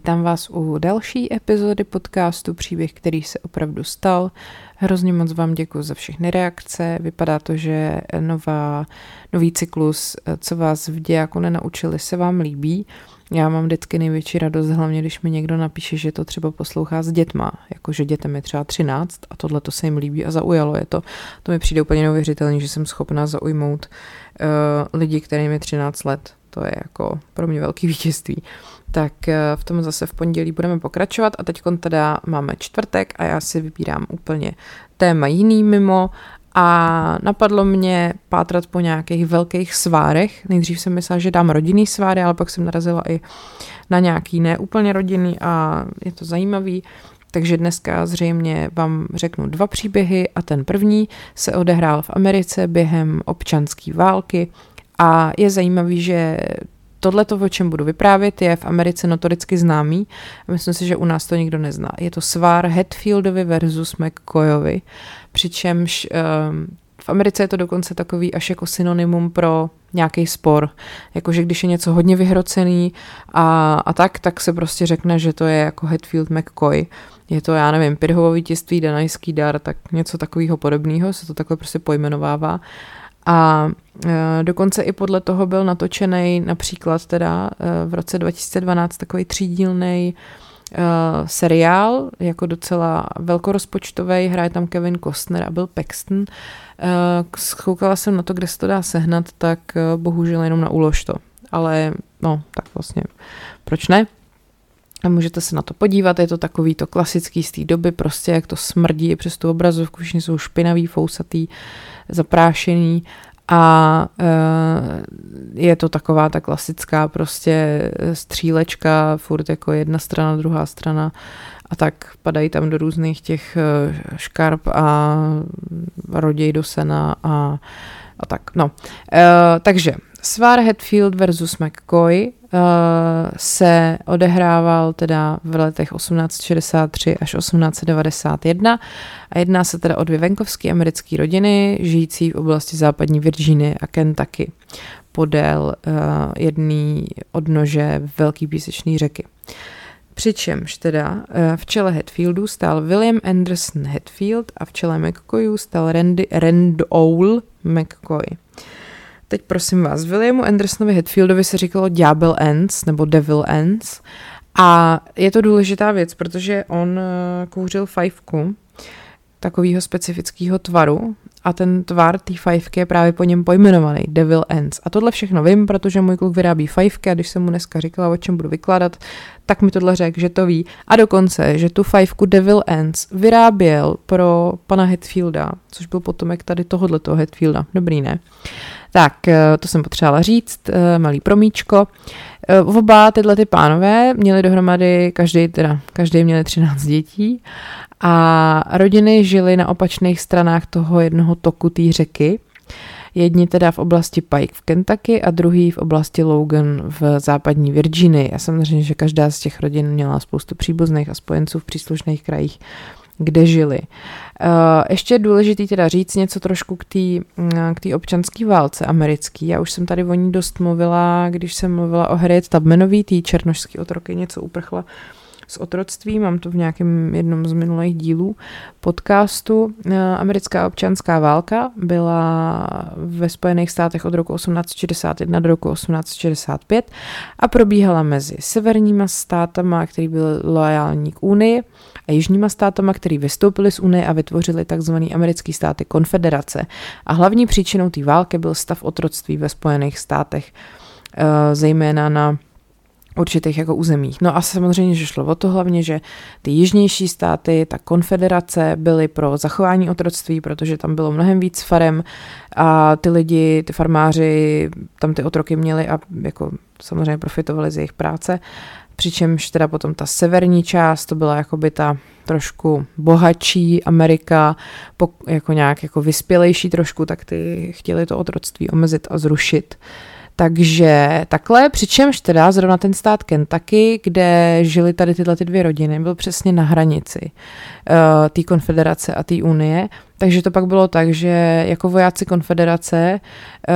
vítám vás u další epizody podcastu Příběh, který se opravdu stal. Hrozně moc vám děkuji za všechny reakce. Vypadá to, že nový cyklus, co vás v dějáku nenaučili, se vám líbí. Já mám vždycky největší radost, hlavně když mi někdo napíše, že to třeba poslouchá s dětma, jakože dětem je třeba 13 a tohle to se jim líbí a zaujalo je to. To mi přijde úplně neuvěřitelné, že jsem schopná zaujmout lidi, kterým je 13 let. To je jako pro mě velký vítězství. Tak v tom zase v pondělí budeme pokračovat a teď teda máme čtvrtek a já si vybírám úplně téma jiný mimo a napadlo mě pátrat po nějakých velkých svárech. Nejdřív jsem myslela, že dám rodinný sváry, ale pak jsem narazila i na nějaký neúplně rodinný a je to zajímavý. Takže dneska zřejmě vám řeknu 2 příběhy a ten první se odehrál v Americe během občanské války a je zajímavý, že tohleto, o čem budu vyprávět, je v Americe notoricky známý a myslím si, že u nás to nikdo nezná. Je to svár Hatfieldovi versus McCoyovi, přičemž v Americe je to dokonce takový až jako synonymum pro nějaký spor. Jakože když je něco hodně vyhrocený a tak se prostě řekne, že to je jako Hatfield McCoy. Je to, já nevím, Pirhovo vítězství, Danajský dar, tak něco takového podobného, se to takhle prostě pojmenovává. A dokonce i podle toho byl natočený například teda v roce 2012 takový 3dílnej seriál, jako docela velkorozpočtový, hraje tam Kevin Costner a Bill Paxton. Zkoukala jsem na to, kde se to dá sehnat, tak bohužel jenom na Ulož to. Ale no, tak vlastně, proč ne? A můžete se na to podívat, je to takový to klasický z té doby, prostě jak to smrdí přes tu obrazovku, všichni jsou špinavý, fousatý, zaprášený a je to taková ta klasická prostě střílečka, furt jako jedna strana, druhá strana a tak padají tam do různých těch škarp a roděj do sena a tak. No. Takže svár Hatfield versus McCoy se odehrával teda v letech 1863 až 1891 a jedná se teda o 2 venkovské americké rodiny žijící v oblasti západní Virginie a Kentucky podél jedné odnože velký písečné řeky. Přičemž teda v čele Hatfieldů stál William Anderson Hatfield a v čele McCoyů stál Randall McCoy. Teď prosím vás, Williamu Andersonovi Hatfieldovi se říkalo Ďábel Ants nebo Devil Ants a je to důležitá věc, protože on kouřil fajfku takového specifického tvaru a ten tvar té fajfky je právě po něm pojmenovaný Devil Ants. A tohle všechno vím, protože můj kluk vyrábí fajfky a když jsem mu dneska říkala, o čem budu vykládat, tak mi tohle řekl, že to ví. A dokonce, že tu fajfku Devil Ants vyráběl pro pana Hatfielda, což byl potomek tady tohoto Hatfielda. Dobrý, ne? Tak, to jsem potřebovala říct, malý promíčko. Oba tyhle ty pánové měli dohromady, každý měli 13 dětí a rodiny žily na opačných stranách toho jednoho toku té řeky. Jedni teda v oblasti Pike v Kentucky a druhý v oblasti Logan v západní Virginii. A samozřejmě, že každá z těch rodin měla spoustu příbuzných a spojenců v příslušných krajích, kde žili. Ještě je důležitý teda říct něco trošku k té občanské válce americký. Já už jsem tady o ní dost mluvila, když jsem mluvila o Harriet Tubmanový, té černošský otroky, něco uprchla z otroctví, mám to v nějakém jednom z minulých dílů podcastu. Americká občanská válka byla ve Spojených státech od roku 1861 do roku 1865 a probíhala mezi severníma státama, který byly loajální k Unii, a jižníma státama, který vystoupili z Unie a vytvořili tzv. Americké státy konfederace. A hlavní příčinou té války byl stav otroctví ve Spojených státech, zejména na určitých jako územích. No a samozřejmě, že šlo o to hlavně, že ty jižnější státy, ta konfederace byly pro zachování otroctví, protože tam bylo mnohem víc farem a ty lidi, ty farmáři tam ty otroky měli a jako samozřejmě profitovali z jejich práce. Přičemž teda potom ta severní část, to byla jakoby ta trošku bohatší Amerika, jako nějak jako vyspělejší trošku, tak ty chtěli to otroctví omezit a zrušit. Takže takhle, přičemž teda zrovna ten stát Kentucky, kde žili tady tyhle 2 rodiny, byl přesně na hranici té konfederace a té unie, takže to pak bylo tak, že jako vojáci konfederace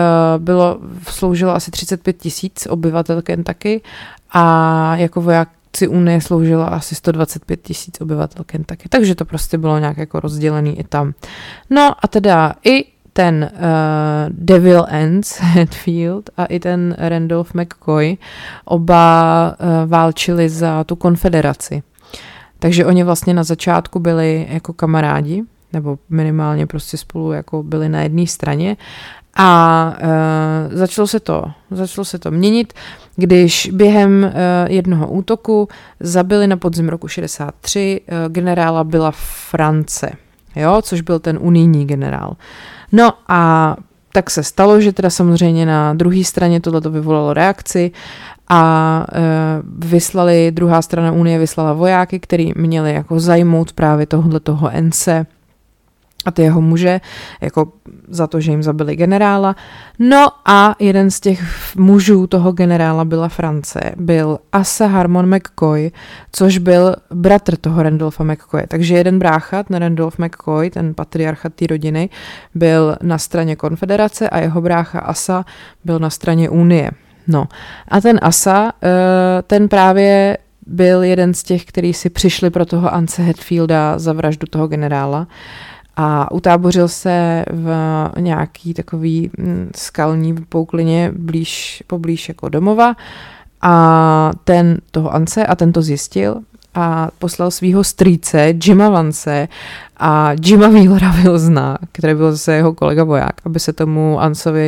sloužilo asi 35 000 obyvatel Kentucky a jako vojáci vůdci Unie sloužilo asi 125 000 obyvatel Kentucky, takže to prostě bylo nějak jako rozdělený i tam. No a teda i ten Devil Anse Hatfield a i ten Randolph McCoy oba válčili za tu konfederaci. Takže oni vlastně na začátku byli jako kamarádi, nebo minimálně prostě spolu jako byli na jedné straně a začalo se to měnit, když během jednoho útoku zabili na podzim roku 63 generála Billa France, jo, což byl ten unijní generál. No a tak se stalo, že teda samozřejmě na druhé straně tohleto vyvolalo reakci a druhá strana Unie vyslala vojáky, který měli jako zajmout právě tohoto Anse a ty jeho muže, jako za to, že jim zabili generála. No a jeden z těch mužů toho generála Billa France byl Asa Harmon McCoy, což byl bratr toho Randolpha McCoye. Takže jeden brácha, ten Randolph McCoy, ten patriarcha té rodiny, byl na straně konfederace a jeho brácha Asa byl na straně Unie. No a ten Asa, ten právě byl jeden z těch, kteří si přišli pro toho Anse Hatfielda za vraždu toho generála a utábořil se v nějaký takový skalní pouklině poblíž jako domova a toho Anse a ten to zjistil a poslal svého strýce Jima Vance a Jima Wheelera Wilsona, který byl zase jeho kolega voják, aby se tomu Asovi,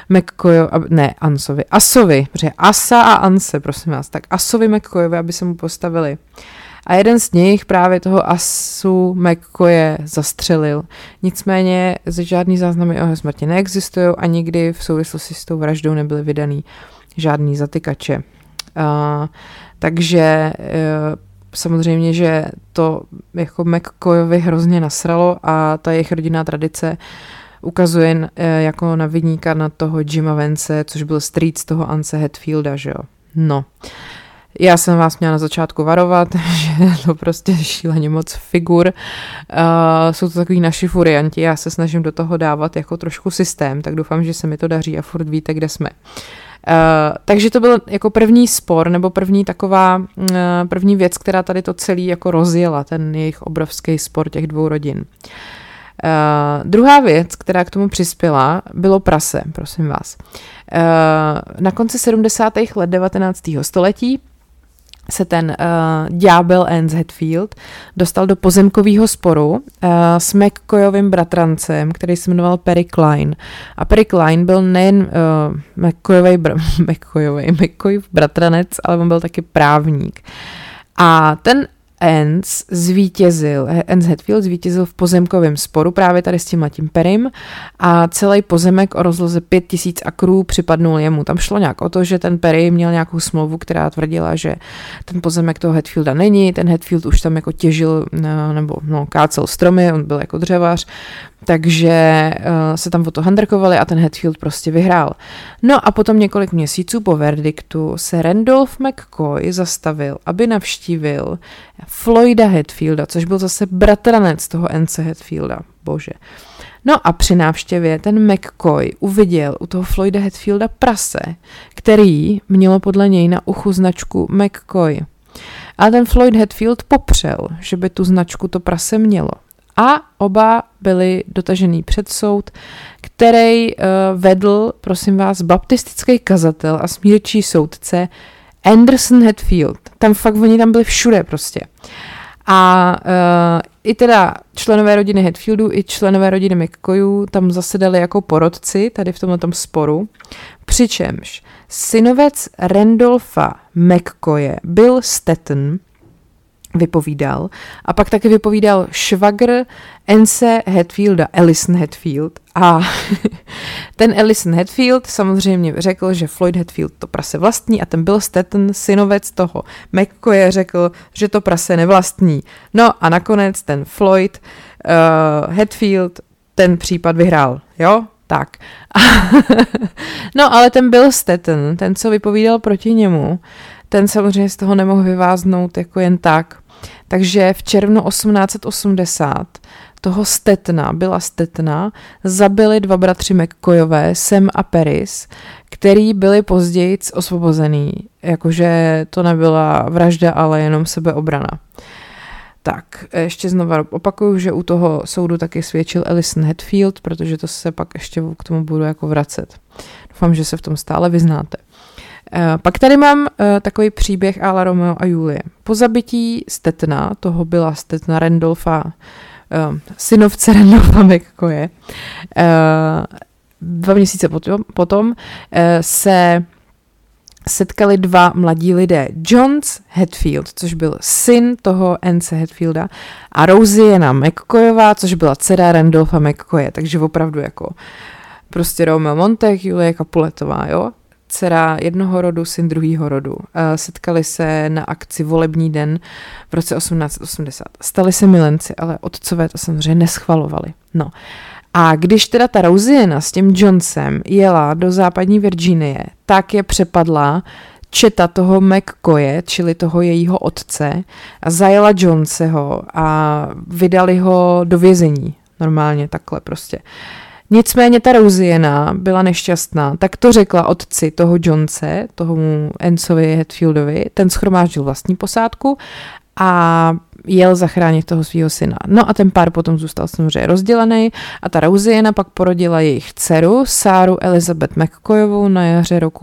protože Asa a Anse, prosím vás, tak Asovi McCoyovi, aby se mu postavili. A jeden z nich právě toho Asu McCoye zastřelil. Nicméně žádný záznamy o jeho smrti neexistují a nikdy v souvislosti s tou vraždou nebyly vydaný žádný zatykače. Takže samozřejmě, že to jako McCoyovi hrozně nasralo a ta jejich rodinná tradice ukazuje jako na viníka na toho Jima Vance, což byl strýc toho Anse Hatfielda, že jo. No. Já jsem vás měla na začátku varovat, že to prostě šíleně moc figur. Jsou to takový naši furianti, já se snažím do toho dávat jako trošku systém, tak doufám, že se mi to daří a furt víte, kde jsme. Takže to byl jako první spor, nebo první věc, která tady to celý jako rozjela, ten jejich obrovský spor těch dvou rodin. Druhá věc, která k tomu přispěla, bylo prase, prosím vás. Na konci 70. let 19. století se ten ďábel Anse Hatfield dostal do pozemkového sporu s McCoyovým bratrancem, který se jmenoval Perry Klein. A Perry Klein byl nejen McCoyův bratranec, ale on byl taky právník. A ten Anse Hatfield zvítězil v pozemkovém sporu právě tady s tímhletím Perrym a celý pozemek o rozloze 5000 akrů připadnul jemu. Tam šlo nějak o to, že ten Perry měl nějakou smlouvu, která tvrdila, že ten pozemek toho Hatfielda není, ten Hatfield už tam jako těžil nebo kácel stromy, on byl jako dřevař, takže se tam o to handrkovali a ten Hatfield prostě vyhrál. No a potom několik měsíců po verdiktu se Randolph McCoy zastavil, aby navštívil Floyda Hatfielda, což byl zase bratranec toho Anse Hatfielda. Bože. No a při návštěvě ten McCoy uviděl u toho Floyda Hatfielda prase, který mělo podle něj na uchu značku McCoy. A ten Floyd Hatfield popřel, že by tu značku to prase mělo. A oba byli dotažený před soud, který vedl, prosím vás, baptistický kazatel a smírčí soudce Anderson Hatfield. Oni tam byli všude prostě. A i teda členové rodiny Hatfieldů, i členové rodiny McCoyů tam zasedali jako porotci tady v tomto sporu. Přičemž synovec Randolpha McCoye Bill Stetton vypovídal a pak taky vypovídal švagr Anse Hatfielda, Ellison Hatfield a ten Ellison Hatfield samozřejmě řekl, že Floyd Hatfield to prase vlastní a ten Bill Stetton, synovec toho McCoye, řekl, že to prase nevlastní. No a nakonec ten Floyd Hatfield ten případ vyhrál, jo? Tak. No ale ten Bill Stetton, ten, co vypovídal proti němu, ten samozřejmě z toho nemohl vyváznout jako jen tak. Takže v červnu 1880 toho Billa Stetna, zabili 2 bratři McCoyové, Sam a Paris, který byli později osvobozený. Jakože to nebyla vražda, ale jenom sebeobrana. Tak, ještě znova opakuju, že u toho soudu taky svědčil Ellison Hatfield, protože to se pak ještě k tomu budu jako vracet. Doufám, že se v tom stále vyznáte. Pak tady mám takový příběh à la Romeo a Julie. Po zabití Stetna, toho Billa Stetna, synovce Randolpha McCoye, 2 měsíce potom se setkali 2 mladí lidé. Johns Hatfield, což byl syn toho Ence Hatfielda, a Rosianna McCoyová, což byla dcera Randolpha McCoye. Takže opravdu jako prostě Romeo Montague, Julie Capuletová, jo? Dcera jednoho rodu, syn druhého rodu. Setkali se na akci Volební den v roce 1880. Stali se milenci, ale otcové to samozřejmě neschvalovali. No. A když teda ta Rosianna s tím Johnsem jela do západní Virginie, tak je přepadla četa toho McCoye, čili toho jejího otce, a zajela Johnseho a vydali ho do vězení. Normálně takhle prostě. Nicméně ta Rosianna byla nešťastná, tak to řekla otci toho Johnse, tomu Encovi Hatfieldovi, ten shromáždil vlastní posádku a jel zachránit toho svého syna. No a ten pár potom zůstal samozřejmě rozdělený a ta Rosianna pak porodila jejich dceru, Sáru Elizabeth McCoyovou, na jaře roku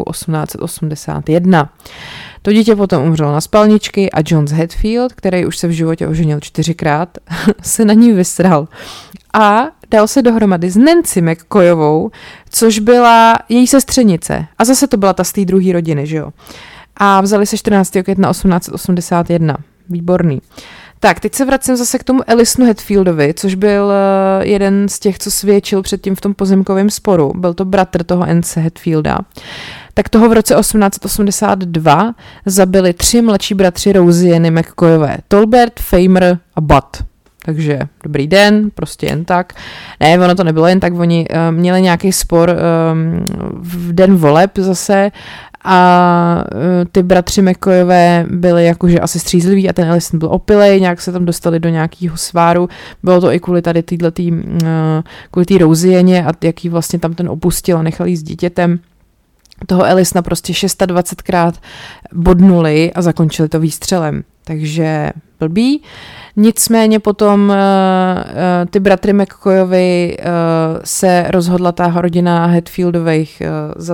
1881. To dítě potom umřelo na spalničky a John Hatfield, který už se v životě oženil 4krát, se na ní vysral. A dal se dohromady s Nancy McCoyovou, což byla její sestřenice. A zase to byla ta z té druhé rodiny, že jo. A vzali se 14. května 1881. Výborný. Tak, teď se vracím zase k tomu Ellisonu Hatfieldovi, což byl jeden z těch, co svědčil předtím v tom pozemkovém sporu. Byl to bratr toho Ence Hatfielda. Tak toho v roce 1882 zabili 3 mladší bratři Rosianny McCoyové. Tolbert, Famer a Budd. Takže dobrý den, prostě jen tak. Ne, ono to nebylo jen tak, oni měli nějaký spor v den voleb zase a ty bratři McCoyové byli jakože asi střízliví a ten Ellison byl opilej, nějak se tam dostali do nějakého sváru. Bylo to i kvůli tady kvůli té Rosianně a jaký vlastně tam ten opustil a nechal jí s dítětem. Toho Ellisona prostě 620krát bodnuli a zakončili to výstřelem. Takže blbý. Nicméně potom ty bratry McCoyovi se rozhodla ta rodina Hatfieldových za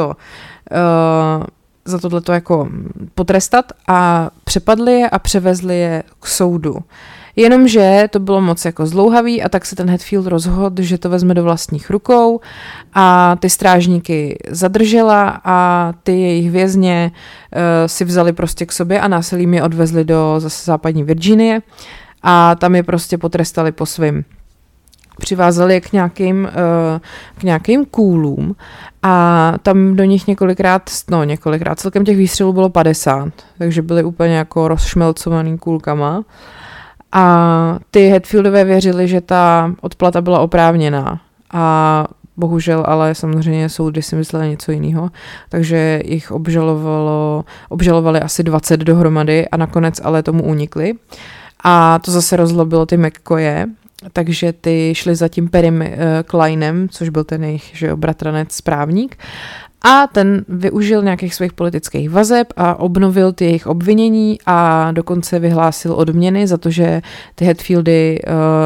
tohleto jako potrestat a přepadli je a převezli je k soudu. Jenomže to bylo moc jako zdlouhavý a tak se ten Hatfield rozhodl, že to vezme do vlastních rukou a ty strážníky zadržela a ty jejich vězně si vzali prostě k sobě a násilím je odvezli do zase západní Virginie a tam je prostě potrestali po svým. Přivázali je k nějakým kůlům a tam do nich několikrát, celkem těch výstřelů bylo 50, takže byly úplně jako rozšmelcovaný kůlkama. A ty Hatfieldové věřili, že ta odplata byla oprávněná a bohužel ale samozřejmě soudy si mysleli něco jiného, takže jich obžalovali asi 20 dohromady a nakonec ale tomu unikli. A to zase rozlobilo ty McCoye, takže ty šli za tím Perrym Kleinem, což byl ten jejich bratranec právník. A ten využil nějakých svých politických vazeb a obnovil ty jejich obvinění a dokonce vyhlásil odměny za to, že ty Hatfieldy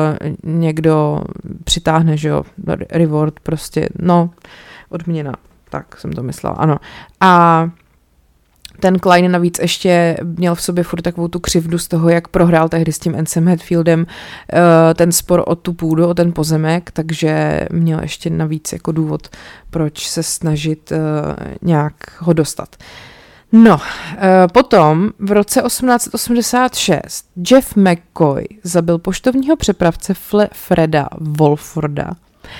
někdo přitáhne, že jo, reward prostě, no, odměna, tak jsem to myslela, ano. A ten Klein navíc ještě měl v sobě furt takovou tu křivdu z toho, jak prohrál tehdy s tím Encem Hatfieldem ten spor o tu půdu, o ten pozemek, takže měl ještě navíc jako důvod, proč se snažit nějak ho dostat. No, potom v roce 1886 Jeff McCoy zabil poštovního přepravce Freda Wolforda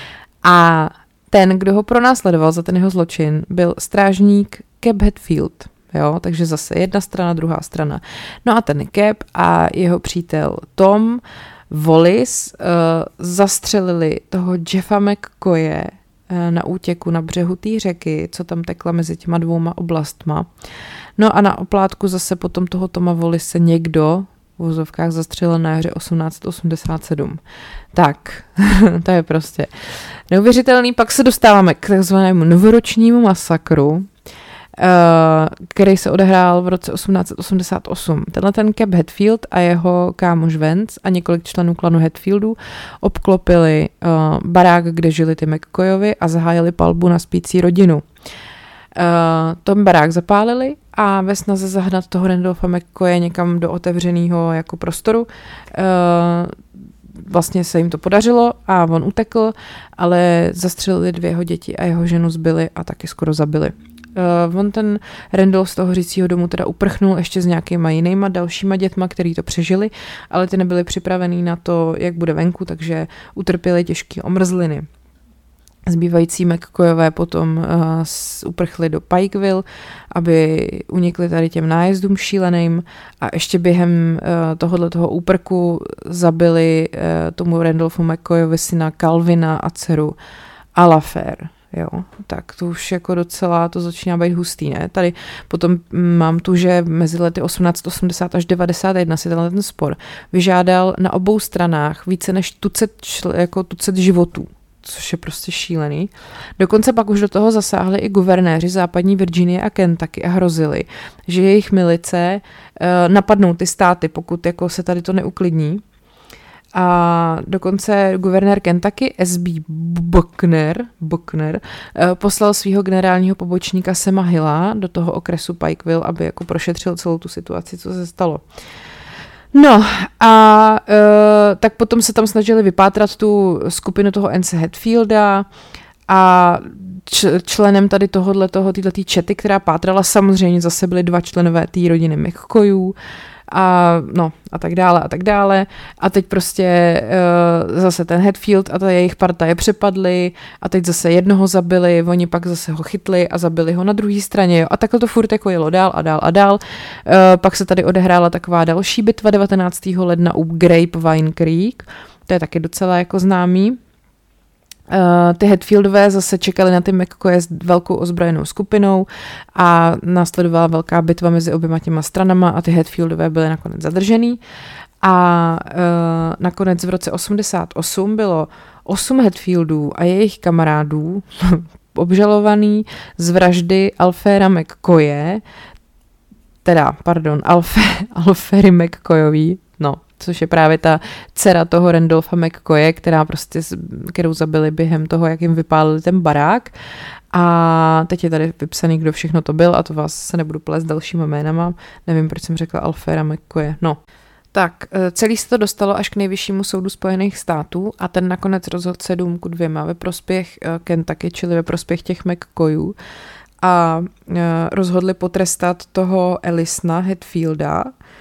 a ten, kdo ho pronásledoval za ten jeho zločin, byl strážník Cap Hatfield. Jo, takže zase jedna strana, druhá strana. No a ten Cap a jeho přítel Tom Wallis zastřelili toho Jeffa McCoye na útěku na břehu té řeky, co tam tekla mezi těma 2 oblastma. No a na oplátku zase potom toho Toma Wallise někdo v uvozovkách zastřelil na jaře 1887. Tak, to je prostě neuvěřitelný. Pak se dostáváme k takzvanému novoročnímu masakru, který se odehrál v roce 1888. Tenhle ten Cap Hatfield a jeho kámoš Vance a několik členů klanu Hatfieldů obklopili barák, kde žili ty McCoyovi a zahájili palbu na spící rodinu. Tom barák zapálili a ve snaze zahnat toho Randolpha McCoye někam do otevřeného jako prostoru vlastně se jim to podařilo a on utekl, ale zastřelili 2 jeho děti a jeho ženu zbyli a taky skoro zabili. On ten Randolph z toho hořícího domu teda uprchnul ještě s nějakýma jinýma dalšíma dětma, který to přežili, ale ty nebyli připravený na to, jak bude venku, takže utrpěli těžké omrzliny. Zbývající McCoyové potom uprchli do Pikeville, aby unikli tady těm nájezdům šíleným a ještě během tohoto úprku zabili tomu Randolphu McCoyovi syna Calvina a dceru Alafair. Jo, tak to už jako docela to začíná být hustý, ne? Tady potom mám tu, že mezi lety 1880 až 91 si ten spor vyžádal na obou stranách více než tucet životů, což je prostě šílený. Dokonce pak už do toho zasáhli i guvernéři západní Virginie a Kentucky a hrozili, že jejich milice napadnou ty státy, pokud jako se tady to neuklidní. A dokonce guvernér Kentucky S.B. Buckner poslal svého generálního pobočníka Sama Hilla do toho okresu Pikeville, aby jako prošetřil celou tu situaci, co se stalo. No a tak potom se tam snažili vypátrat tu skupinu toho N.C. Hatfielda a členem tady této čety, která pátrala, samozřejmě zase byly 2 členové té rodiny McCoyů a tak dále. A teď prostě zase ten Hatfield a ta jejich parta je přepadli a teď zase jednoho zabili, oni pak zase ho chytli a zabili ho na druhé straně. Jo. A takhle to furt jako jelo dál a dál. Pak se tady odehrála taková další bitva 19. ledna u Grapevine Creek. To je taky docela jako známý. Ty Hatfieldové zase čekali na ty McCoye s velkou ozbrojenou skupinou a následovala velká bitva mezi oběma těma stranama a ty Hatfieldové byly nakonec zadržený a nakonec v roce 88 bylo 8 Hatfieldů a jejich kamarádů obžalovaný z vraždy Alfera McCoye, Alfery McCoyový, což je právě ta dcera toho Randolpha McCoye, kterou zabili během toho, jak jim vypálili ten barák. A teď je tady vypsaný, kdo všechno to byl a to vás se nebudu plést dalšíma jménama. Nevím, proč jsem řekla Alfera McCoye. No. Tak, celý se to dostalo až k nejvyššímu soudu Spojených států a ten nakonec rozhodl 7-2 ve prospěch Kentucky, čili ve prospěch těch McCoyů. A rozhodli potrestat toho Ellisona Hatfielda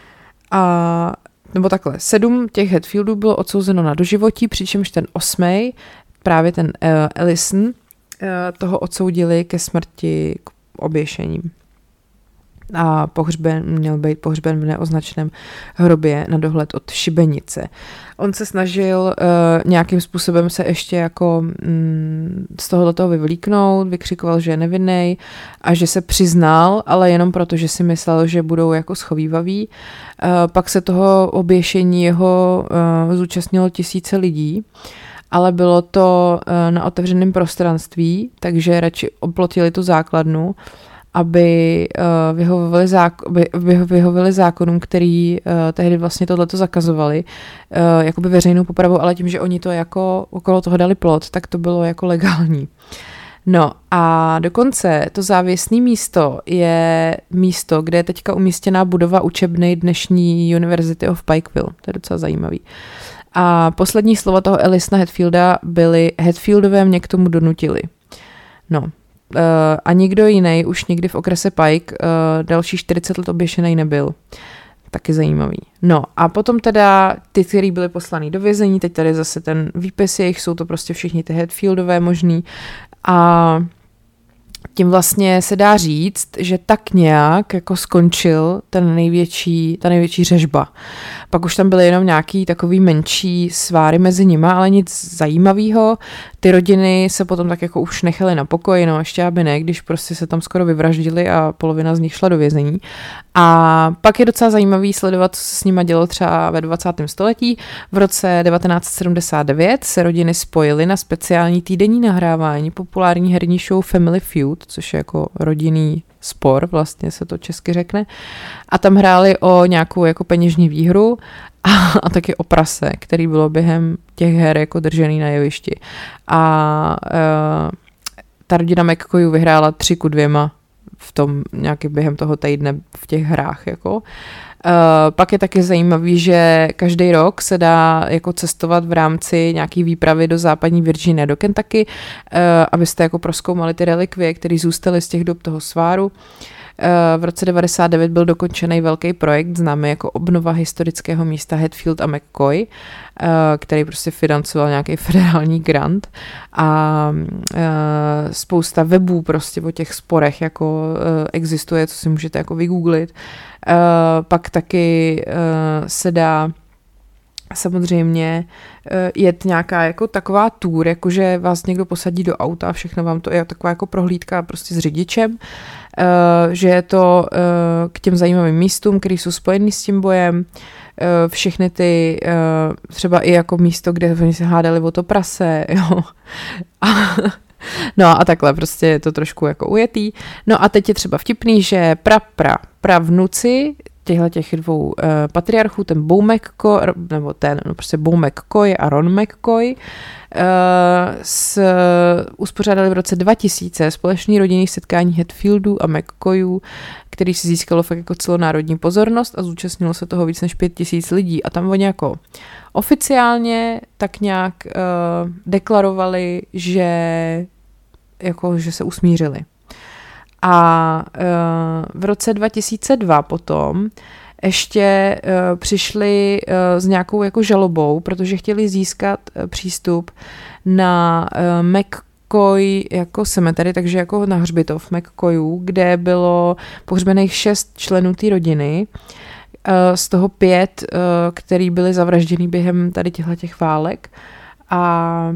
nebo takhle, 7 těch Hatfieldů bylo odsouzeno na doživotí, přičemž ten 8, právě ten Ellison, toho odsoudili ke smrti k oběšením. A měl být pohřben v neoznačeném hrobě na dohled od šibenice. On se snažil nějakým způsobem se ještě jako z toho vyvlíknout, vykřikoval, že je nevinnej a že se přiznal, ale jenom proto, že si myslel, že budou jako schovývaví. Pak se toho oběšení jeho zúčastnilo 1000 lidí, ale bylo to na otevřeném prostranství, takže radši oplotili tu základnu, aby vyhovovali zákonům, který tehdy vlastně tohleto zakazovali, jakoby veřejnou popravu, ale tím, že oni to jako okolo toho dali plot, tak to bylo jako legální. No a dokonce to závěsné místo je místo, kde je teďka umístěná budova učebny dnešní University of Pikeville. To je docela zajímavý. A poslední slova toho Ellisona Hatfielda byly: Hatfieldové mě k tomu donutili. No. A nikdo jiný už nikdy v okrese Pike další 40 let oběšený nebyl. Taky zajímavý. No a potom teda ty, kteří byli poslaný do vězení, teď tady zase ten výpis jejich, jsou to prostě všichni ty Hatfieldové možný a tím vlastně se dá říct, že tak nějak jako skončil ta největší řežba. Pak už tam byly jenom nějaký takový menší sváry mezi nima, ale nic zajímavého. Ty rodiny se potom tak jako už nechaly na pokoji, no ještě aby ne, když prostě se tam skoro vyvraždili a polovina z nich šla do vězení. A pak je docela zajímavý sledovat, co se s nima dělo třeba ve 20. století. V roce 1979 se rodiny spojily na speciální týdenní nahrávání populární herní show Family Feud, což je jako rodinný spor, vlastně se to česky řekne. A tam hráli o nějakou jako peněžní výhru a taky o prase, který bylo během těch her jako držený na jevišti. A ta rodina McCoyů vyhrála 3-2 v tom nějaký během toho týdne v těch hrách. Jako. Pak je taky zajímavý, že každý rok se dá jako cestovat v rámci nějaký výpravy do západní Virginie, do Kentucky, abyste jako prozkoumali ty relikvie, které zůstaly z těch dob toho sváru. V roce 1999 byl dokončený velký projekt známý jako obnova historického místa Hatfield a McCoy, který prostě financoval nějaký federální grant a spousta webů prostě o těch sporech jako existuje, co si můžete jako vygooglit. Pak taky se dá samozřejmě jet nějaká jako taková tour, jakože vás někdo posadí do auta a všechno vám to je taková jako prohlídka prostě s řidičem, že je to k těm zajímavým místům, které jsou spojený s tím bojem, všechny ty, třeba i jako místo, kde oni se hádali o to prase, jo. No a takhle prostě je to trošku jako ujetý. No a teď je třeba vtipný, že pravnuci těch dvou patriarchů, ten Beau McCoy, nebo prostě Beau McCoy a Ron McCoy, uspořádali v roce 2000 společný rodinný setkání Hatfieldů a McCoyů, který si získalo fakt jako celonárodní pozornost a zúčastnilo se toho víc než 5000 lidí. A tam oni jako oficiálně tak nějak deklarovali, že se usmířili. A v roce 2002 potom ještě přišli s nějakou jako žalobou, protože chtěli získat přístup na McCoy jako cemetery, takže jako na hřbitov McCoyů, kde bylo pohřbených 6 členů té rodiny, z toho 5, který byli zavražděni během tady těch válek a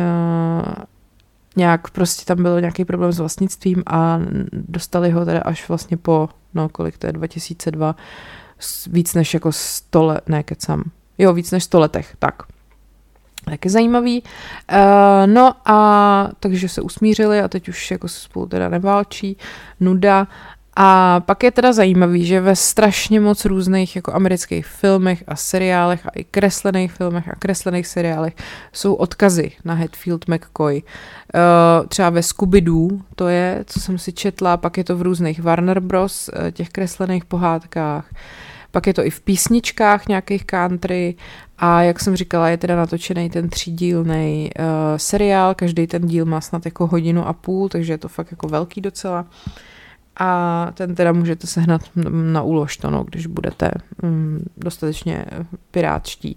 nějak prostě tam byl nějaký problém s vlastnictvím a dostali ho teda až vlastně po, kolik to je, 2002, víc než jako 100 let, víc než 100 letech, tak. Tak je zajímavý. No a takže se usmířili a teď už jako se spolu teda neválčí, nuda. A pak je teda zajímavý, že ve strašně moc různých jako amerických filmech a seriálech a i kreslených filmech a kreslených seriálech jsou odkazy na Hatfield McCoy. Třeba ve Scooby-Doo, to je, co jsem si četla, pak je to v různých Warner Bros. Těch kreslených pohádkách, pak je to i v písničkách nějakých country a jak jsem říkala, je teda natočený ten 3dílnej seriál, každý ten díl má snad jako 1.5 hodiny, takže je to fakt jako velký docela. A ten teda můžete sehnat na úložto, když budete dostatečně pirátští.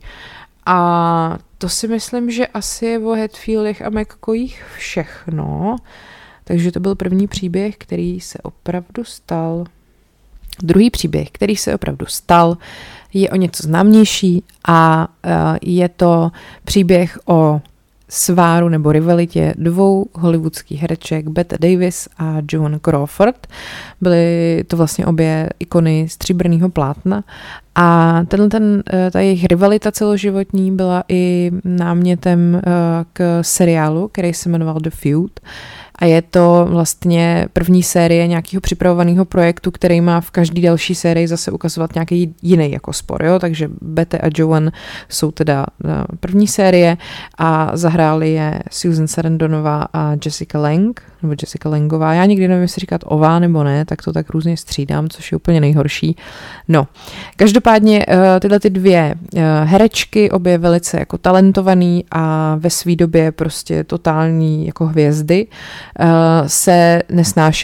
A to si myslím, že asi je o Hatfieldech a McCoyích všechno. Takže to byl první příběh, který se opravdu stal. Druhý příběh, který se opravdu stal, je o něco známější a je to příběh o sváru nebo rivalitě 2 hollywoodských hereček, Bette Davis a Joan Crawford. Byly to vlastně obě ikony stříbrného plátna a ta jejich rivalita celoživotní byla i námětem k seriálu, který se jmenoval The Feud. A je to vlastně první série nějakého připravovaného projektu, který má v každé další sérii zase ukazovat nějaký jiný jako spor, jo? Takže Bette a Joan jsou teda první série a zahráli je Susan Sarandonová a Jessica Lange, nebo Jessica Langová. Já nikdy nevím, jestli říkat ová nebo ne, tak to tak různě střídám, což je úplně nejhorší. No, každopádně tyhle ty 2 herečky, obě velice jako talentovaný a ve své době prostě totální jako hvězdy, se nesnášely.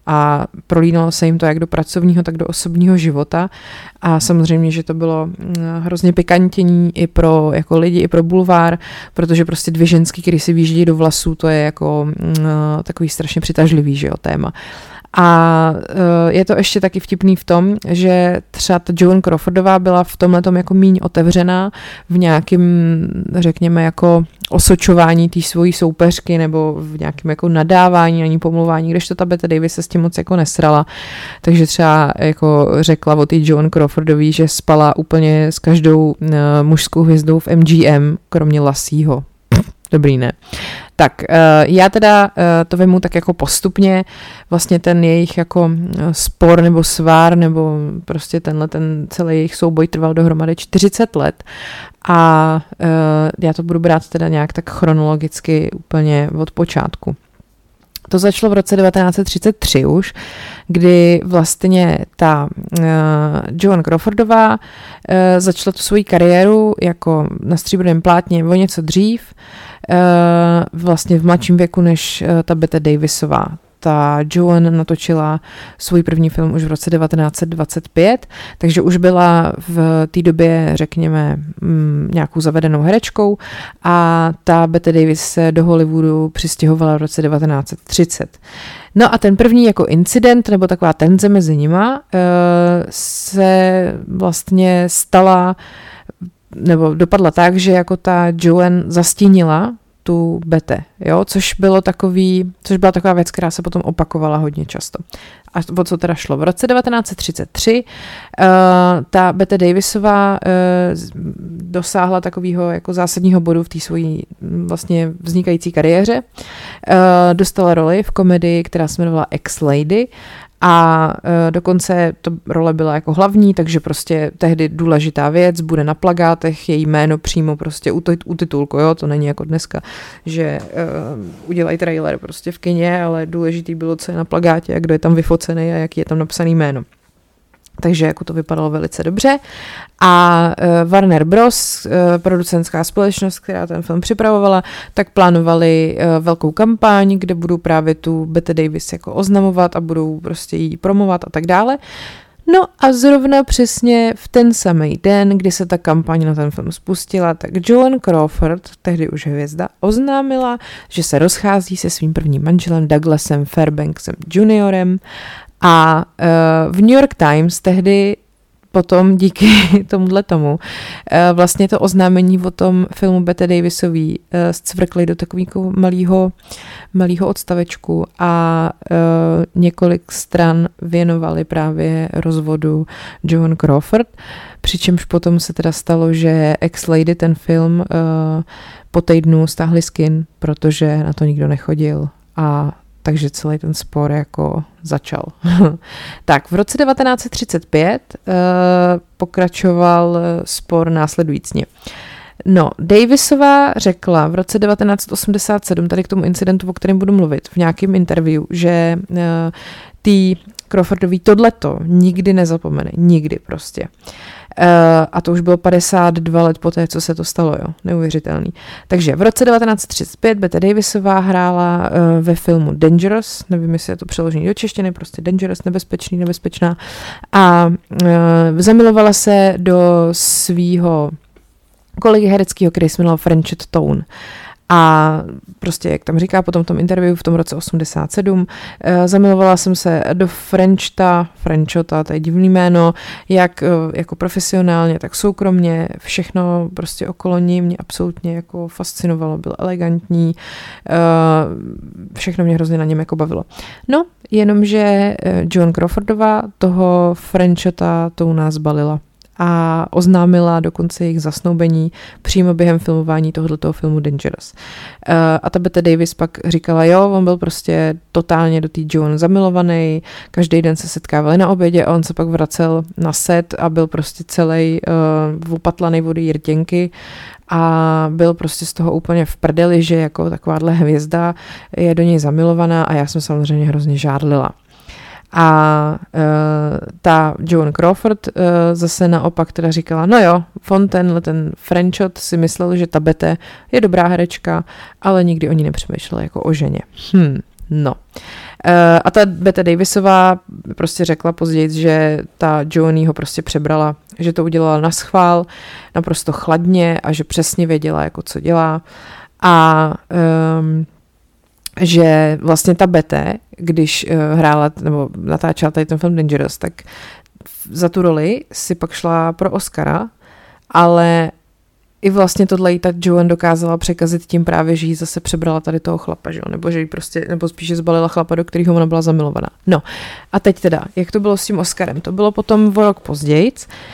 a prolínalo se jim to jak do pracovního, tak do osobního života a samozřejmě, že to bylo hrozně pikantní i pro jako lidi, i pro bulvár, protože prostě dvě ženský, které si výjíždějí do vlasů, to je jako takový strašně přitažlivý, že jo, téma. A je to ještě taky vtipný v tom, že třeba ta Joan Crawfordová byla v tomhletom jako míň otevřená v nějakém, řekněme, jako osočování té svojí soupeřky nebo v nějakém jako nadávání, ani pomluvání, kdežto ta Bette Davis se s tím moc jako nesrala. Takže třeba jako řekla o té Joan Crawfordový, že spala úplně s každou mužskou hvězdou v MGM, kromě Lassieho. Dobrý, ne? Tak já teda to vemu tak jako postupně, vlastně ten jejich jako spor nebo svár nebo prostě ten celý jejich souboj trval dohromady 40 let a já to budu brát teda nějak tak chronologicky úplně od počátku. To začalo v roce 1933 už, kdy vlastně ta Joan Crawfordová začala tu svoji kariéru jako na stříbrném plátně o něco dřív, vlastně v mladším věku než ta Bette Davisová. Ta Joan natočila svůj první film už v roce 1925, takže už byla v té době, řekněme, nějakou zavedenou herečkou a ta Bette Davis se do Hollywoodu přistěhovala v roce 1930. No a ten první jako incident, nebo taková tenze mezi nima, se vlastně stala, nebo dopadla tak, že jako ta Joan zastínila tu Bette, jo, což byla taková věc, která se potom opakovala hodně často. A o co teda šlo? V roce 1933 ta Bette Davisová dosáhla takového jako zásadního bodu v té svojí vlastně vznikající kariéře. Dostala roli v komedii, která se jmenovala Ex-Lady a dokonce to role byla jako hlavní, takže prostě tehdy důležitá věc, bude na plakátech, její jméno přímo prostě u titulku, jo, to není jako dneska, že udělají trailer prostě v kině, ale důležitý bylo, co je na plakátě a kdo je tam vyfocený a jaký je tam napsaný jméno. Takže jako to vypadalo velice dobře a Warner Bros., producentská společnost, která ten film připravovala, tak plánovali velkou kampaň, kde budou právě tu Bette Davis jako oznamovat a budou prostě jí promovat a tak dále. No a zrovna přesně v ten samý den, kdy se ta kampaň na ten film spustila, tak Joan Crawford, tehdy už hvězda, oznámila, že se rozchází se svým prvním manželem Douglasem Fairbanksem juniorem a v New York Times tehdy potom díky tomu vlastně to oznámení o tom filmu Bette Davisový zcvrkli do takového malého odstavečku a několik stran věnovali právě rozvodu Joan Crawford, přičemž potom se teda stalo, že Ex-Lady ten film po týdnu stáhli z kin, protože na to nikdo nechodil a takže celý ten spor jako začal. Tak v roce 1935 pokračoval spor následujícně. No, Davisová řekla v roce 1987, tady k tomu incidentu, o kterém budu mluvit, v nějakém interview, že tý Crawfordový tohleto nikdy nezapomene. Nikdy prostě. A to už bylo 52 let poté, co se to stalo, jo. Neuvěřitelný. Takže v roce 1935 Bette Davisová hrála ve filmu Dangerous, nevím, jestli je to přeložený do češtiny, prostě Dangerous, nebezpečná. A zamilovala se do svýho kolegy hereckého, který se jmenoval Franchot Tone. A prostě, jak tam říká potom v tom interview v tom roce 87, zamilovala jsem se do Franchota, to je divný jméno, jak jako profesionálně, tak soukromně, všechno prostě okolo ní mě absolutně jako fascinovalo, byl elegantní, všechno mě hrozně na něm jako bavilo. No, jenomže Joan Crawfordová toho Franchota to u nás balila a oznámila dokonce jejich zasnoubení přímo během filmování tohoto filmu Dangerous. A ta Bette Davis pak říkala, jo, on byl prostě totálně do té Joan zamilovaný, každý den se setkávali na obědě a on se pak vracel na set a byl prostě celý opatlaný vody jirtěnky a byl prostě z toho úplně v prdeli, že jako takováhle hvězda je do něj zamilovaná a já jsem samozřejmě hrozně žádlila. A ta Joan Crawford zase naopak teda říkala, no jo, ten Franchot si myslel, že ta Bette je dobrá herečka, ale nikdy o ní nepřemýšlela jako o ženě. No. A ta Bette Davisová prostě řekla později, že ta Joanie ho prostě přebrala, že to udělala naschvál, naprosto chladně a že přesně věděla, jako co dělá. A že vlastně ta Bette, když hrála nebo natáčela tady ten film Dangerous, tak za tu roli si pak šla pro Oscara, ale i vlastně tohle jí ta Joan dokázala překazit tím právě, že jí zase přebrala tady toho chlapa, že jo? Nebo že jí prostě, nebo spíše zbalila chlapa, do kterého ona byla zamilovaná. No a teď teda, jak to bylo s tím Oscarem? To bylo potom o rok později.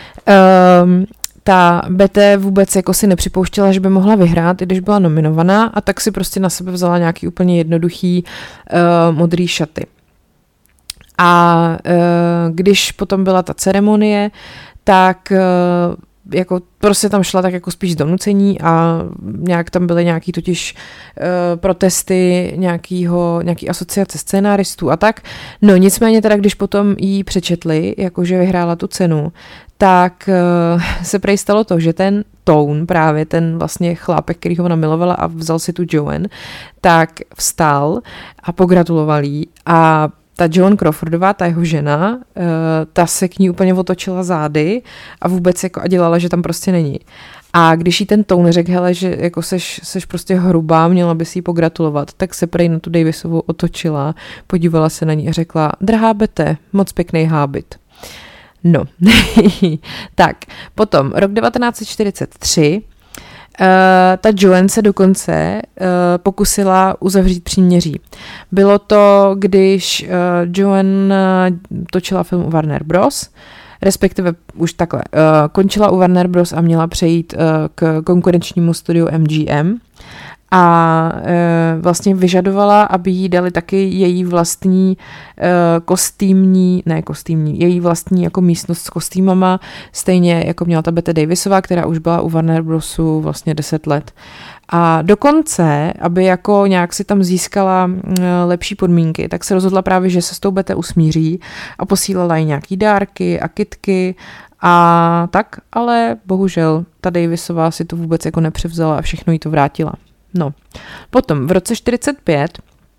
Ta Bette vůbec jako si nepřipouštěla, že by mohla vyhrát, i když byla nominovaná, a tak si prostě na sebe vzala nějaký úplně jednoduchý modrý šaty. A když potom byla ta ceremonie, tak jako prostě tam šla tak jako spíš z donucení a nějak tam byly nějaký totiž protesty nějaký asociace scénáristů a tak. No nicméně teda, když potom jí přečetli, jakože vyhrála tu cenu, tak se prej stalo to, že ten Tone, právě ten vlastně chlápek, který ho ona milovala a vzal si tu Joan, tak vstal a pogratuloval jí a ta Joan Crawfordová, ta jeho žena, ta se k ní úplně otočila zády a vůbec jako a dělala, že tam prostě není. A když jí ten Tone řekl, hele, že jako seš prostě hrubá, měla by si jí pogratulovat, tak se prej na tu Davisovou otočila, podívala se na ní a řekla, drahá Bette, moc pěkný hábit. No, tak, potom rok 1943, ta Joan se dokonce pokusila uzavřít příměří. Bylo to, když Joan točila film u Warner Bros., respektive už takhle, končila u Warner Bros. A měla přejít k konkurenčnímu studiu MGM a vlastně vyžadovala, aby jí dali taky její vlastní její vlastní jako místnost s kostýmama, stejně jako měla ta Bette Davisová, která už byla u Warner Brosu vlastně 10 let. A dokonce, aby jako nějak si tam získala lepší podmínky, tak se rozhodla právě, že se s tou Bette usmíří a posílala jí nějaký dárky a kytky a tak, ale bohužel ta Davisová si to vůbec jako nepřevzala a všechno jí to vrátila. No, potom v roce 1945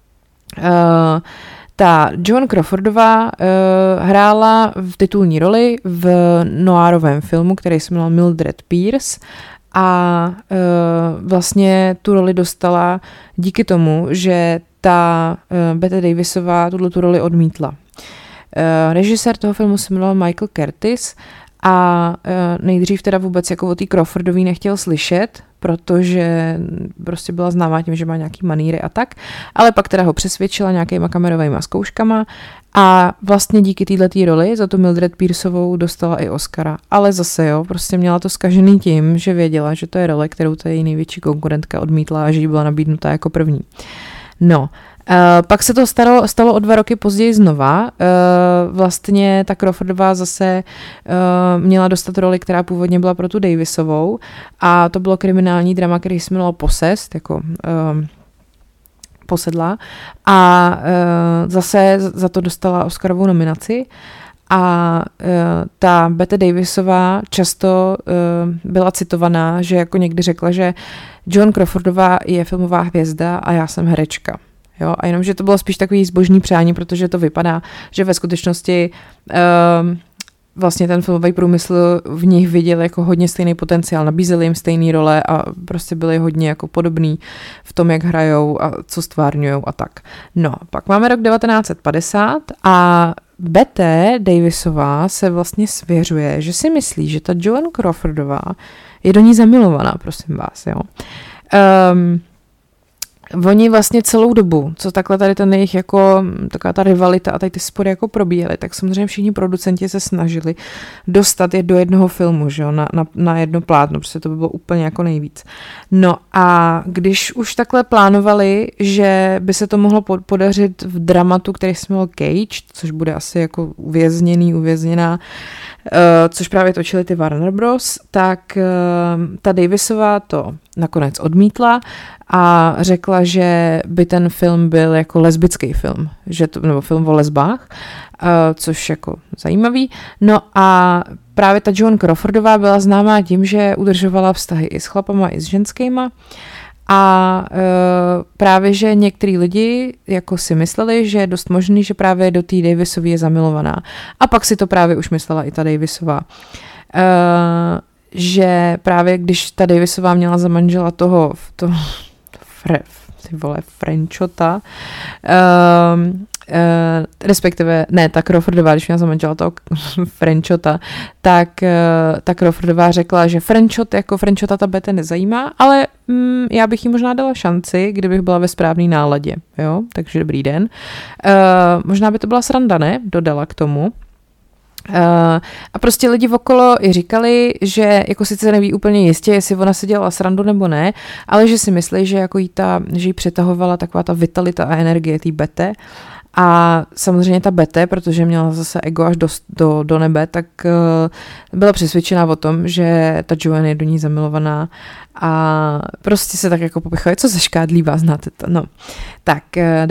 ta Joan Crawfordová hrála v titulní roli v noárovém filmu, který se jmenoval Mildred Pierce a vlastně tu roli dostala díky tomu, že ta Bette Davisová tu roli odmítla. Režisér toho filmu se jmenoval Michael Curtis a nejdřív teda vůbec jako o té Crawfordový nechtěl slyšet, protože prostě byla známá tím, že má nějaký maníry a tak, ale pak teda ho přesvědčila nějakýma kamerovými zkouškama a vlastně díky této roli za tu Mildred Pierceovou dostala i Oscara. Ale zase jo, prostě měla to zkažený tím, že věděla, že to je role, kterou ta její největší konkurentka odmítla a že jí byla nabídnutá jako první. No, pak se to stalo o 2 roky později znova. Vlastně ta Crawfordová zase měla dostat roli, která původně byla pro tu Davisovou a to bylo kriminální drama, který se jmenovalo Possessed, jako posedlá a zase za to dostala Oscarovou nominaci. A ta Bette Davisová často byla citovaná, že jako někdy řekla, že Joan Crawfordová je filmová hvězda a já jsem herečka. Jo? A jenom, že to bylo spíš takový zbožný přání, protože to vypadá, že ve skutečnosti vlastně ten filmový průmysl v nich viděl jako hodně stejný potenciál, nabízeli jim stejné role a prostě byli hodně jako podobný v tom, jak hrajou a co stvárňujou a tak. No, pak máme rok 1950 a Bette Davisová se vlastně svěřuje, že si myslí, že ta Joan Crawfordová je do ní zamilovaná, prosím vás, jo. Oni vlastně celou dobu, co takhle tady ten jejich jako taková ta rivalita a tady ty spory jako probíhaly, tak samozřejmě všichni producenti se snažili dostat je do jednoho filmu, že jo, na jedno plátno, protože to by bylo úplně jako nejvíc. No a když už takhle plánovali, že by se to mohlo podařit v dramatu, který se jmenoval Cage, což bude asi jako uvězněná, což právě točili ty Warner Bros., tak ta Davisová to nakonec odmítla a řekla, že by ten film byl jako lesbický film, nebo film o lesbách, což jako zajímavý. No a právě ta Joan Crawfordová byla známá tím, že udržovala vztahy i s chlapama, i s ženskýma A právě, že některý lidi jako si mysleli, že je dost možný, že právě do té Davisovy je zamilovaná. A pak si to právě už myslela i ta Davisová. Že právě když ta Davisová měla za manžela Frenchota, respektive, ne, ta Crawfordová, když měla za manžela toho Frenchota, tak ta Crawfordová řekla, že Frenchota ta Bete nezajímá, ale já bych jí možná dala šanci, kdybych byla ve správné náladě, jo, takže dobrý den. Možná by to byla sranda, ne? Dodala k tomu. A prostě lidi okolo i říkali, že jako sice neví úplně jistě, jestli ona si dělala srandu nebo ne, ale že si myslí, že jako že jí přetahovala taková ta vitalita a energie té Bete. A samozřejmě ta Bete, protože měla zase ego až do nebe, tak byla přesvědčená o tom, že ta Joanne je do ní zamilovaná a prostě se tak jako popichali, co za škádlivá, znáte to. No. Tak,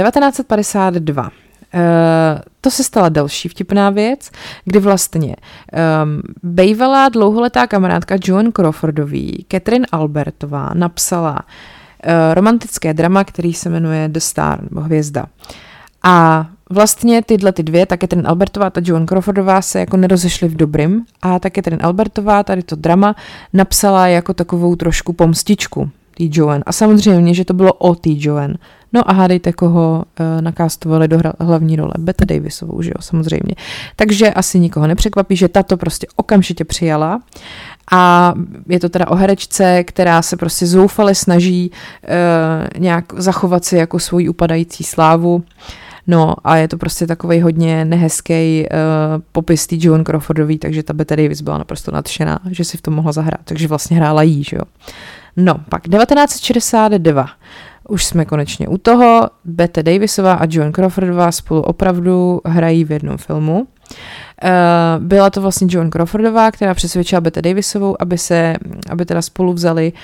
1952. To se stala další vtipná věc, kdy vlastně bývalá dlouholetá kamarádka Joan Crawfordový, Catherine Albertová, napsala romantické drama, který se jmenuje The Star, nebo Hvězda. A vlastně tyhle ty dvě, ta Catherine Albertová a ta Joan Crawfordová se jako nerozešly v dobrým a ta Catherine Albertová tady to drama napsala jako takovou trošku pomstičku tý Joanne. A samozřejmě, že to bylo o tý Joanne. No a hádejte, koho nakástovali do hlavní role. Bette Davisovou, že jo, samozřejmě. Takže asi nikoho nepřekvapí, že tato prostě okamžitě přijala. A je to teda o herečce, která se prostě zoufale snaží nějak zachovat si jako svoji upadající slávu. No a je to prostě takovej hodně nehezký popis tý Joan Crawfordový, takže ta Bette Davis byla naprosto nadšená, že si v tom mohla zahrát, takže vlastně hrála jí, že jo. No, pak 1962. Už jsme konečně u toho. Bette Davisová a Joan Crawfordová spolu opravdu hrají v jednom filmu. Byla to vlastně Joan Crawfordová, která přesvědčila Bette Davisovou, aby teda spolu vzali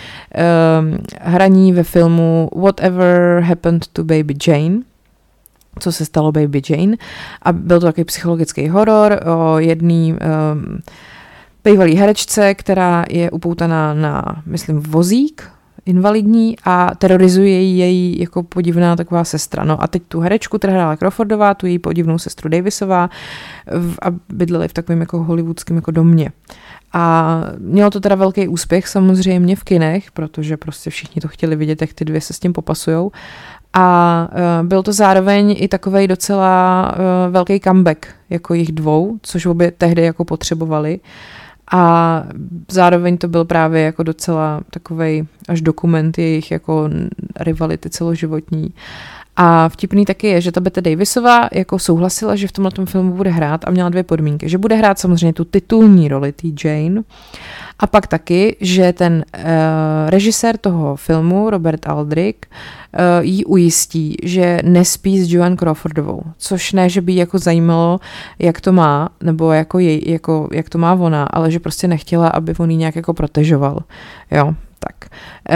hraní ve filmu Whatever Happened to Baby Jane, co se stalo Baby Jane. A byl to takový psychologický horor o jedný bývalý herečce, která je upoutaná na, myslím, vozík invalidní a terorizuje její jako podivná taková sestra. No a teď tu herečku, která hrála Crawfordová, tu její podivnou sestru Davisová a bydleli v takovém jako hollywoodském jako domě. A mělo to teda velký úspěch samozřejmě v kinech, protože prostě všichni to chtěli vidět, jak ty dvě se s tím popasujou. A byl to zároveň i takovej docela velký comeback jako jich dvou, což obě tehdy jako potřebovali. A zároveň to byl právě jako docela takovej až dokument jejich jako rivality celoživotní. A vtipný taky je, že ta Bette Davisová jako souhlasila, že v tomhletom filmu bude hrát a měla dvě podmínky. Že bude hrát samozřejmě tu titulní roli té Jane a pak taky, že ten režisér toho filmu, Robert Aldrich, jí ujistí, že nespí s Joan Crawfordovou, což ne, že by jí jako zajímalo, jak to má, nebo jak to má ona, ale že prostě nechtěla, aby on jí nějak jako protežoval. Jo, tak.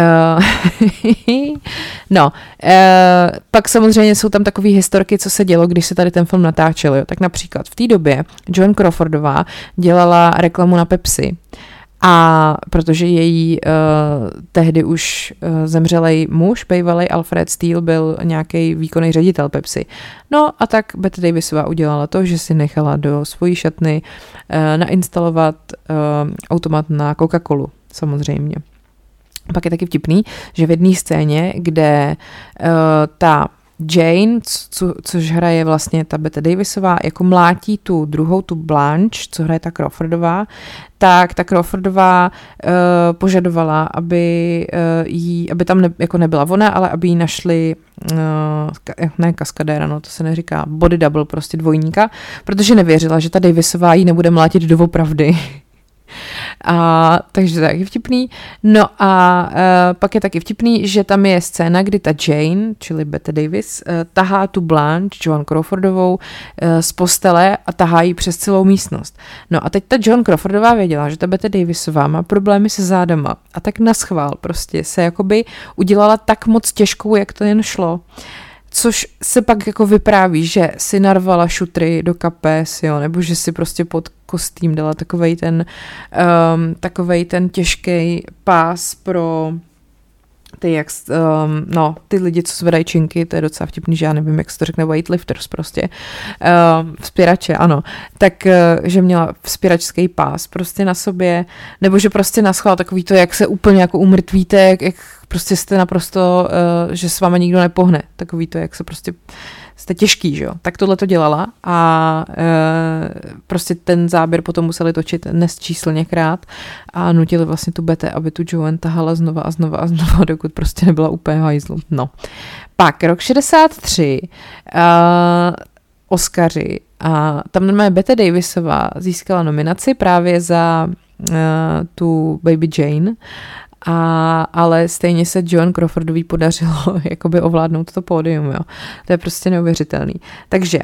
Pak samozřejmě jsou tam takové historky, co se dělo, když se tady ten film natáčel. Jo. Tak například v té době Joan Crawfordová dělala reklamu na Pepsi. A protože její tehdy už zemřelej muž, bývalej Alfred Steele, byl nějaký výkonný ředitel Pepsi. No a tak Bette Davisová udělala to, že si nechala do svojí šatny nainstalovat automat na Coca-Colu, samozřejmě. Pak je taky vtipný, že v jedné scéně, kde ta Jane, což hraje vlastně ta Bette Davisová, jako mlátí tu druhou, tu Blanche, co hraje ta Crawfordová, tak ta Crawfordová požadovala, aby tam jako nebyla ona, ale aby jí našli ne kaskadéra, no to se neříká, body double, prostě dvojníka, protože nevěřila, že ta Davisová jí nebude mlátit doopravdy. A takže to je taky vtipný. No a pak je taky vtipný, že tam je scéna, kdy ta Jane, čili Bette Davis, tahá tu Blanche, Joan Crawfordovou, z postele a tahá ji přes celou místnost. No a teď ta Joan Crawfordová věděla, že ta Bette Davisová má problémy se zádama a tak naschvál prostě se jakoby udělala tak moc těžkou, jak to jen šlo. Což se pak jako vypráví, že si narvala šutry do kapes, jo, nebo že si prostě pod kostým dala takovej ten těžký pás ty lidi, co zvedají činky, to je docela vtipný, že já nevím, jak se to řekne, weightlifters prostě, vzpěrače, ano, tak, že měla vzpěračský pás prostě na sobě, nebo že prostě naschvál takový to, jak se úplně jako umrtvíte, jak prostě jste naprosto, že s váma nikdo nepohne, takový to, jak se prostě jste těžký, že jo, tak tohle to dělala a prostě ten záběr potom museli točit nesčíslněkrát a nutili vlastně tu Bette, aby tu Joanne tahala znova a znova a znova, dokud prostě nebyla úplně hajzlu. No. Pak rok 63, Oscary a tam normálně Bette Davisová získala nominaci právě za tu Baby Jane, ale stejně se Joan Crawfordový podařilo jakoby ovládnout to pódium, jo. To je prostě neuvěřitelný. Takže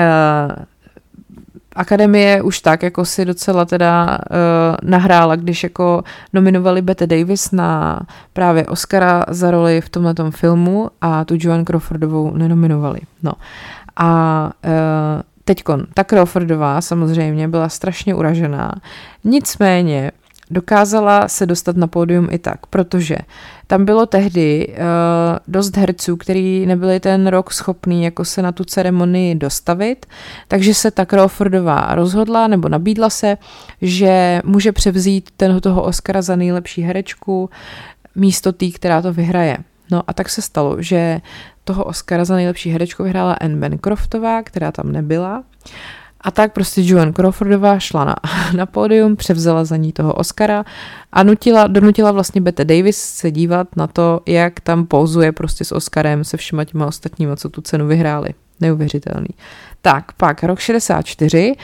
Akademie už tak jako si docela teda nahrála, když jako nominovali Bette Davis na právě Oscara za roli v tomhletom filmu a tu Joan Crawfordovou nenominovali. No. A teďkon, ta Crawfordová samozřejmě byla strašně uražená, nicméně dokázala se dostat na pódium i tak, protože tam bylo tehdy dost herců, kteří nebyli ten rok schopní jako se na tu ceremonii dostavit, takže se ta Crawfordová rozhodla nebo nabídla se, že může převzít toho Oscara za nejlepší herečku místo té, která to vyhraje. No a tak se stalo, že toho Oscara za nejlepší herečku vyhrála Anne Bancroftová, která tam nebyla. A tak prostě Joan Crawfordová šla na pódium, převzala za ní toho Oscara a donutila vlastně Bette Davis se dívat na to, jak tam pouzuje prostě s Oscarem se všema těma ostatníma, co tu cenu vyhráli. Neuvěřitelný. Tak, pak rok 64.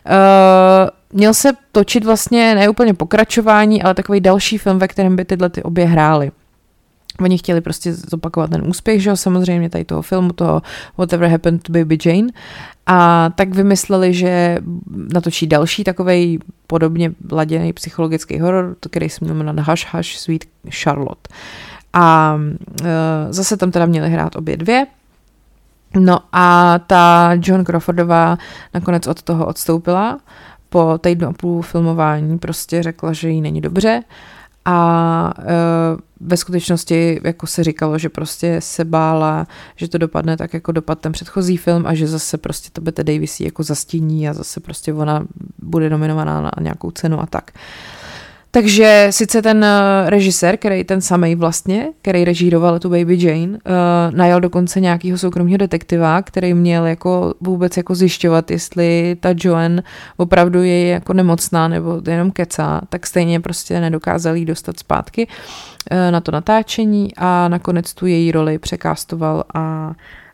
Měl se točit vlastně ne úplně pokračování, ale takový další film, ve kterém by tyhle ty obě hrály. Oni chtěli prostě zopakovat ten úspěch, že jo, samozřejmě tady toho filmu, toho Whatever Happened to Baby Jane. A tak vymysleli, že natočí další takovej podobně laděný psychologický horor, který se jmenuje Hush Hush Sweet Charlotte. A zase tam teda měli hrát obě dvě. No a ta Joan Crawfordová nakonec od toho odstoupila. Po týdnu a půl filmování prostě řekla, že jí není dobře. A ve skutečnosti jako se říkalo, že prostě se bála, že to dopadne tak, jako dopadl ten předchozí film a že zase prostě to Bette Davis jako zastíní a zase prostě ona bude nominovaná na nějakou cenu a tak. Takže sice ten režisér, ten samej vlastně, který režíroval tu Baby Jane, najal dokonce nějakého soukromého detektiva, který měl jako vůbec jako zjišťovat, jestli ta Joanne opravdu je jako nemocná nebo jenom kecá, tak stejně prostě nedokázal jí dostat zpátky na to natáčení a nakonec tu její roli překástoval a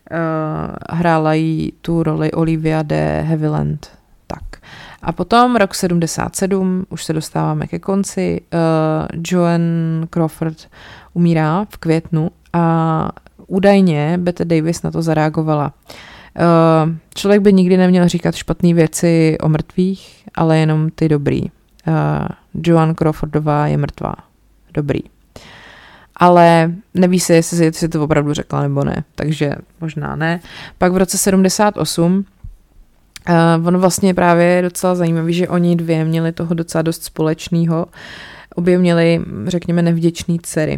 hrála jí tu roli Olivia de Havilland. Tak. A potom rok 77, už se dostáváme ke konci, Joan Crawford umírá v květnu a údajně Bette Davis na to zareagovala. Člověk by nikdy neměl říkat špatné věci o mrtvých, ale jenom ty dobrý. Joan Crawfordová je mrtvá. Dobrý. Ale neví se, jestli to opravdu řekla nebo ne, takže možná ne. Pak v roce 78 ono vlastně právě je docela zajímavý, že oni dvě měli toho docela dost společného. Obě měli, řekněme, nevděčný dcery.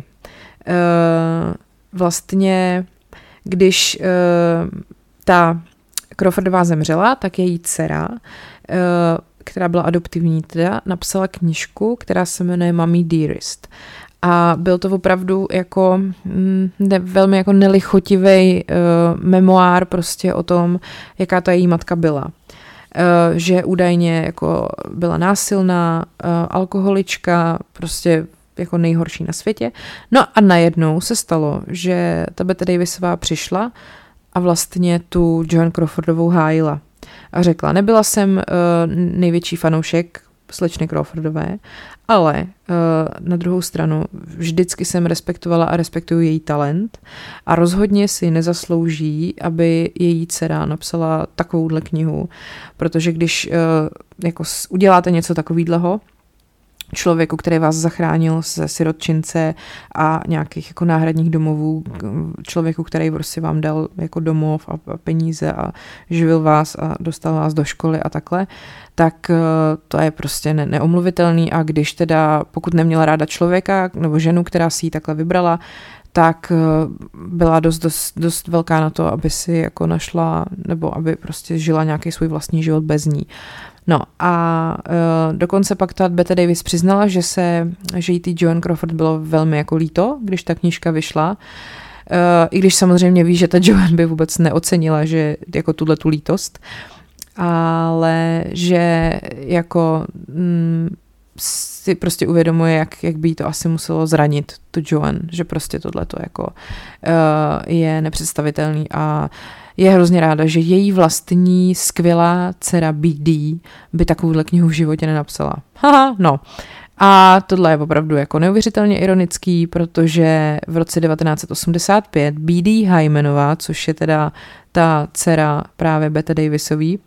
Vlastně, když ta Crawfordová zemřela, tak její dcera, která byla adoptivní teda, napsala knížku, která se jmenuje Mommy Dearest. A byl to opravdu jako velmi jako nelichotivý memoár prostě o tom, jaká ta její matka byla. Že údajně jako byla násilná, alkoholička, prostě jako nejhorší na světě. No a najednou se stalo, že ta Bette Davisová přišla a vlastně tu Joan Crawfordovou hájila. A řekla, nebyla jsem největší fanoušek slečny Crawfordové, ale na druhou stranu vždycky jsem respektovala a respektuju její talent a rozhodně si nezaslouží, aby její dcera napsala takovouhle knihu, protože když jako uděláte něco takovýhleho člověku, který vás zachránil ze sirotčince a nějakých jako náhradních domovů, člověku, který prostě vám dal jako domov a peníze a živil vás a dostal vás do školy a takhle, tak to je prostě neomluvitelný a když teda, pokud neměla ráda člověka nebo ženu, která si ji takhle vybrala, tak byla dost velká na to, aby si jako našla, nebo aby prostě žila nějaký svůj vlastní život bez ní. No a dokonce pak ta Bette Davis přiznala, že jí ty Joan Crawford bylo velmi jako líto, když ta knížka vyšla, i když samozřejmě ví, že ta Joan by vůbec neocenila, že jako tu lítost, ale že jako si prostě uvědomuje, jak by jí to asi muselo zranit tu Joan, že prostě tohleto jako je nepředstavitelný a je hrozně ráda, že její vlastní skvělá dcera BD by takovouhle knihu v životě nenapsala. Haha, no. A tohle je opravdu jako neuvěřitelně ironický, protože v roce 1985 BD Hymanová, což je teda ta dcera právě Bette Davisový,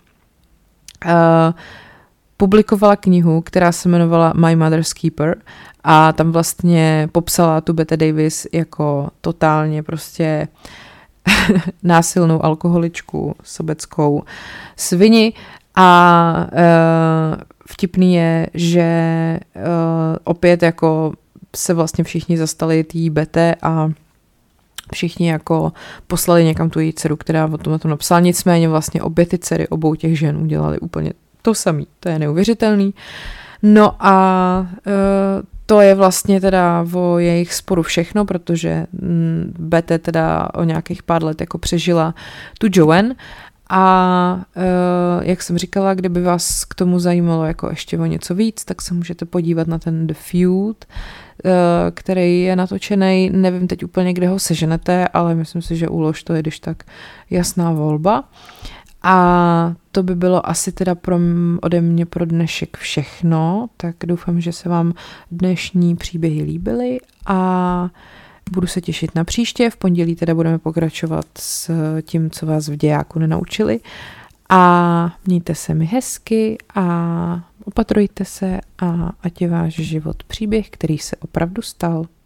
publikovala knihu, která se jmenovala My Mother's Keeper a tam vlastně popsala tu Bette Davis jako totálně prostě násilnou alkoholičku, sobeckou svini a vtipný je, že opět jako se vlastně všichni zastali tý Bette a všichni jako poslali někam tu její dceru, která o tom napsala, nicméně vlastně obě ty dcery obou těch žen udělali úplně to samý, to je neuvěřitelný. No a to je vlastně teda o jejich sporu všechno, protože Bette teda o nějakých pár let jako přežila tu Joan a jak jsem říkala, kdyby vás k tomu zajímalo jako ještě o něco víc, tak se můžete podívat na ten The Feud, který je natočený, nevím teď úplně, kde ho seženete, ale myslím si, že Úlož to je když tak jasná volba. A to by bylo asi teda ode mě pro dnešek všechno, tak doufám, že se vám dnešní příběhy líbily a budu se těšit na příště. V pondělí teda budeme pokračovat s tím, co vás v dějáku nenaučili a mějte se mi hezky a opatrujte se a ať je váš život příběh, který se opravdu stal.